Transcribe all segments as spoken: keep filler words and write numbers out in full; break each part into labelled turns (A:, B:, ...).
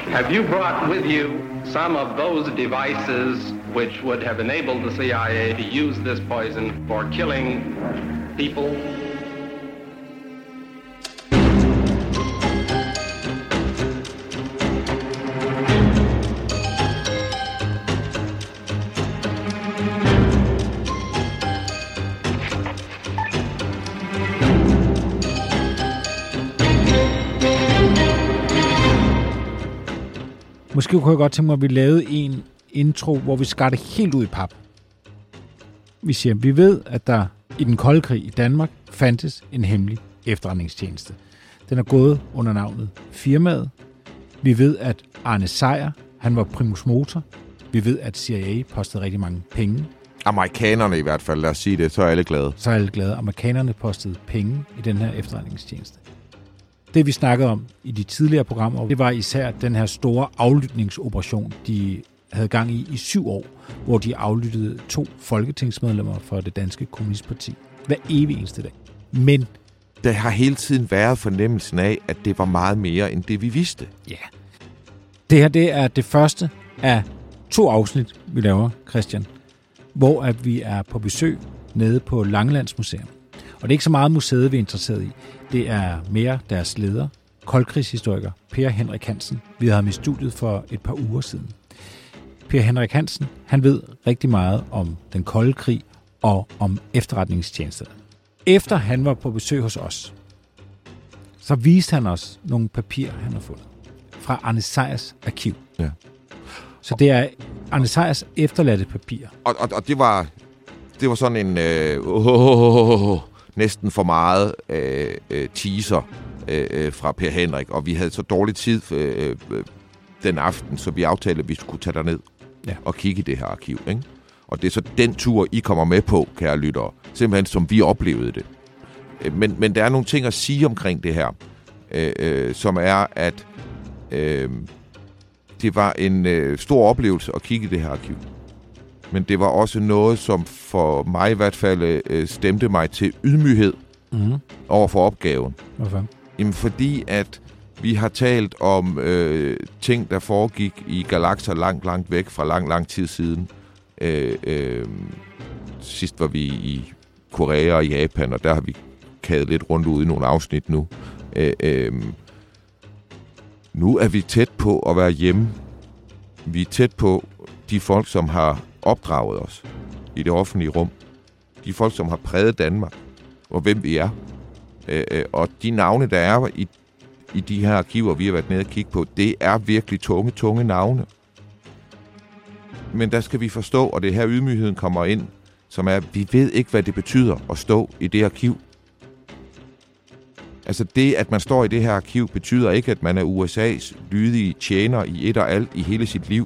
A: Have you brought with you some of those devices which would have enabled the C I A to use this poison for killing people?
B: Måske kunne jeg godt tænke mig, at vi lavede en intro, hvor vi skar det helt ud i pap. Vi siger, vi ved, at der i den kolde krig i Danmark fandtes en hemmelig efterretningstjeneste. Den er gået under navnet Firmaet. Vi ved, at Arne Sejer, han var primus motor. Vi ved, at C I A postede rigtig mange penge.
C: Amerikanerne i hvert fald, lad os sige det, så er alle glade.
B: Så er alle glade. Amerikanerne postede penge i den her efterretningstjeneste. Det, vi snakkede om i de tidligere programmer, det var især den her store aflytningsoperation, de havde gang i i syv år, hvor de aflyttede to folketingsmedlemmer for det danske kommunistparti hver evig eneste dag. Men
C: der har hele tiden været fornemmelsen af, at det var meget mere end det, vi vidste.
B: Ja. Det her, det er det første af to afsnit, vi laver, Christian, hvor at vi er på besøg nede på Langelands Museum. Og det er ikke så meget museet, vi er interesseret i. Det er mere deres leder, koldkrigshistoriker Per Henrik Hansen. Vi havde ham i studiet for et par uger siden. Per Henrik Hansen, han ved rigtig meget om den kolde krig og om efterretningstjenesterne. Efter han var på besøg hos os, så viste han os nogle papirer, han har fundet fra Arne Sejers arkiv.
C: Ja.
B: Så det er Arne Sejers efterladte papirer.
C: Og, og, og det var det var sådan en øh, oh, oh, oh, næsten for meget øh, øh, teaser øh, fra Per Henrik, og vi havde så dårlig tid øh, øh, den aften, så vi aftalte, at vi skulle tage derned
B: ja.
C: og kigge i det her arkiv, ikke? Og det er så den tur, I kommer med på, kære lyttere, simpelthen som vi oplevede det. Men, men der er nogle ting at sige omkring det her, øh, øh, som er, at øh, det var en øh, stor oplevelse at kigge i det her arkiv. Men det var også noget, som for mig i hvert fald øh, stemte mig til ydmyghed
B: mm-hmm.
C: over for opgaven.
B: Hvorfor?
C: Jamen fordi, at vi har talt om øh, ting, der foregik i galakser langt, langt væk fra lang, lang tid siden. Øh, øh, sidst var vi i Korea og Japan, og der har vi kadet lidt rundt ud i nogle afsnit nu. Øh, øh, nu er vi tæt på at være hjemme. Vi er tæt på de folk, som har opdraget os i det offentlige rum. De folk, som har præget Danmark, og hvem vi er. Øh, øh, og de navne, der er i, i de her arkiver, vi har været nede og kigge på, det er virkelig tunge, tunge navne. Men der skal vi forstå, og det her ydmygheden kommer ind, som er, at vi ved ikke, hvad det betyder at stå i det arkiv. Altså det, at man står i det her arkiv, betyder ikke, at man er U S A's lydige tjener i et og alt i hele sit liv.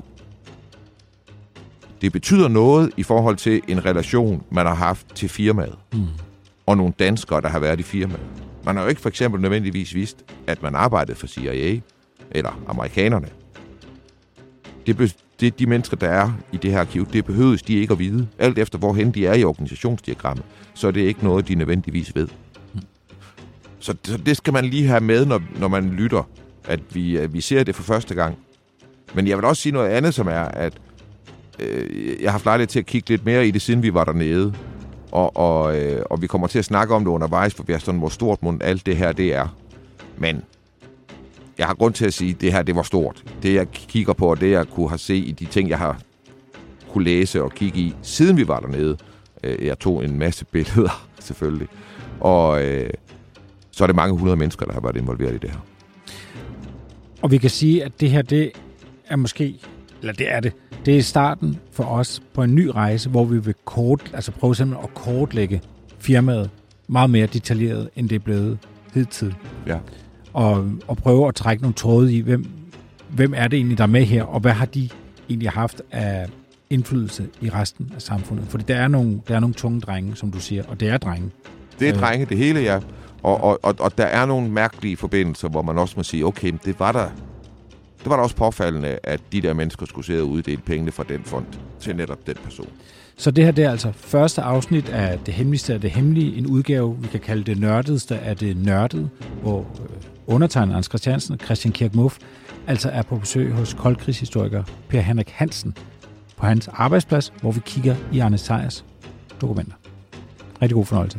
C: Det betyder noget i forhold til en relation, man har haft til firmaet. Mm. Og nogle danskere, der har været i firmaet. Man har jo ikke for eksempel nødvendigvis vidst, at man arbejdede for C I A eller amerikanerne. Det, be- det de mennesker, der er i det her arkiv, det behøves de ikke at vide. Alt efter hvorhen de er i organisationsdiagrammet, så er det ikke noget, de nødvendigvis ved. Mm. Så, så det skal man lige have med, når, når man lytter, at vi, at vi ser det for første gang. Men jeg vil også sige noget andet, som er, at øh, jeg har haft lejlighed til at kigge lidt mere i det, siden vi var dernede. Og, og, øh, og vi kommer til at snakke om det undervejs, for vi har sådan, hvor stort mund alt det her det er. Men jeg har grund til at sige, at det her det var stort. Det jeg kigger på, og det jeg kunne have set i de ting, jeg har kunne læse og kigge i, siden vi var dernede. Øh, jeg tog en masse billeder, selvfølgelig. Og øh, så er det mange hundrede mennesker, der har været involveret i det her. Og
B: vi kan sige, at det her, det er måske, eller det er det, det er starten for os på en ny rejse, hvor vi vil kort, altså prøve simpelthen at kortlægge firmaet meget mere detaljeret, end det er blevet hidtil.
C: Ja.
B: Og, og prøve at trække nogle tråde i, hvem, hvem er det egentlig, der er med her, og hvad har de egentlig haft af indflydelse i resten af samfundet. Fordi der er nogle, der er nogle tunge drenge, som du siger, og det er drenge.
C: Det er drenge, det hele, ja. Og, og, og, og der er nogle mærkelige forbindelser, hvor man også må sige, okay, det var der, det var da også påfaldende, at de der mennesker skulle sidde og uddele pengene fra den fond til netop den person.
B: Så det her, det er altså første afsnit af Det Hemmeligste af det Hemmelige, en udgave, vi kan kalde det nørdedste af det nørdede, hvor undertegnet Anders Christiansen og Christian Kirk Muff, altså er på besøg hos koldkrigshistoriker Per Henrik Hansen på hans arbejdsplads, hvor vi kigger i Arne Sejrs dokumenter. Rigtig god fornøjelse.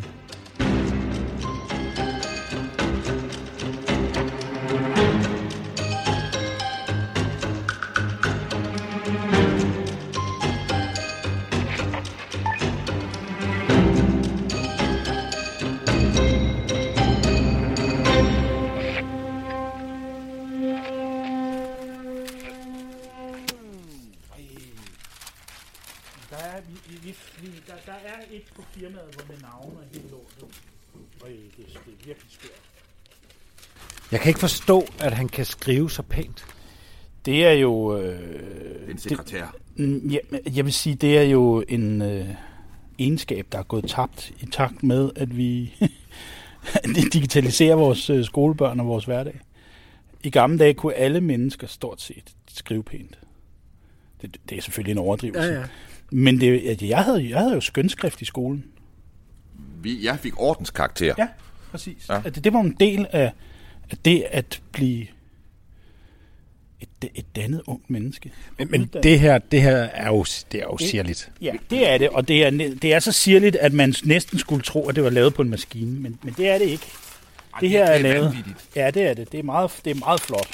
D: Der er et på firmaet, hvor med navne er helt lortet. Og det, det er virkelig skørt.
B: Jeg kan ikke forstå, at han kan skrive så pænt.
D: Det er jo... Øh,
C: en sekretær.
D: Det, ja, jeg vil sige, det er jo en øh, egenskab, der er gået tabt i takt med, at vi digitaliserer vores øh, skolebørn og vores hverdag. I gamle dage kunne alle mennesker stort set skrive pænt. Det, det er selvfølgelig en overdrivelse.
B: Ja, ja.
D: Men det, jeg, havde, jeg havde jo skønskrift i skolen.
C: Vi, jeg fik ordenskarakter.
D: Ja, præcis.
C: Ja.
D: Det, det var en del af, af det at blive et, et dannet ungt menneske.
B: Men, men det her, det her er jo, det er jo sirligt.
D: Ja, det er det, og det er, det er så sirligt, at man næsten skulle tro, at det var lavet på en maskine, men, men det er det ikke.
C: Ej,
D: det her
C: det er,
D: er lavet.
C: vanvittigt.
D: Ja, det er det. Det er meget, det er meget flot.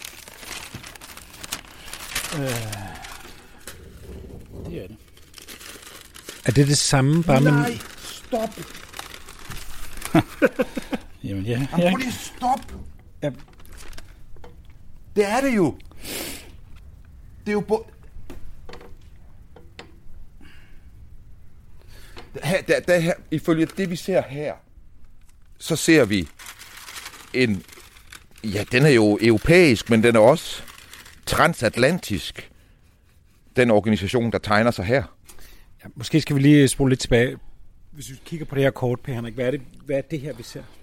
D: Øh, det er det.
B: Er det det samme? Bare
C: Nej,
B: med...
C: stop.
D: Jamen, ja.
C: Jamen,
D: ja.
C: prøv lige stop.
B: Ja.
C: Det er det jo. Det er jo... Bo- her, der, der, her, ifølge det, vi ser her, så ser vi en... Ja, den er jo europæisk, men den er også transatlantisk. Den organisation, der tegner sig her.
B: Ja, måske skal vi lige spole lidt tilbage. Hvis vi kigger på det her kort, Per Henrik, hvad er det, hvad er det her, vi ser?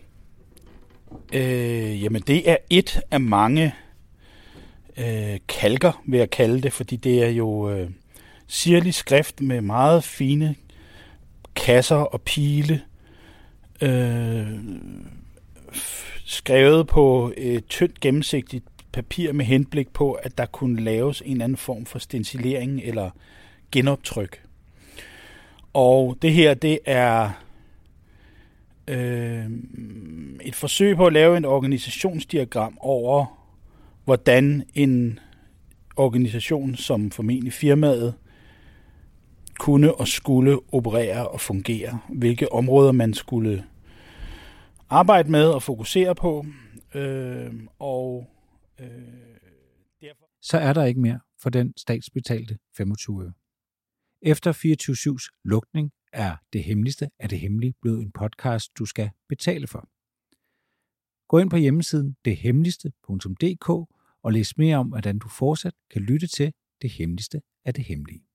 D: Øh, jamen, det er et af mange øh, kalker, vil jeg kalde det, fordi det er jo øh, sirlig skrift med meget fine kasser og pile, øh, skrevet på et tyndt gennemsigtigt papir med henblik på, at der kunne laves en anden form for stencilering eller genoptryk. Og det her, det er øh, et forsøg på at lave et organisationsdiagram over, hvordan en organisation, som formentlig firmaet, kunne og skulle operere og fungere. Hvilke områder man skulle arbejde med og fokusere på. Øh, og øh, derfor...
B: Så er der ikke mere for den statsbetalte femogtyve øre. Efter fireogtyve syvs lukning er Det Hemmeligste af det Hemmelige blevet en podcast, du skal betale for. Gå ind på hjemmesiden det hemmeligste punktum d k og læs mere om, hvordan du fortsat kan lytte til Det Hemmeligste af det Hemmelige.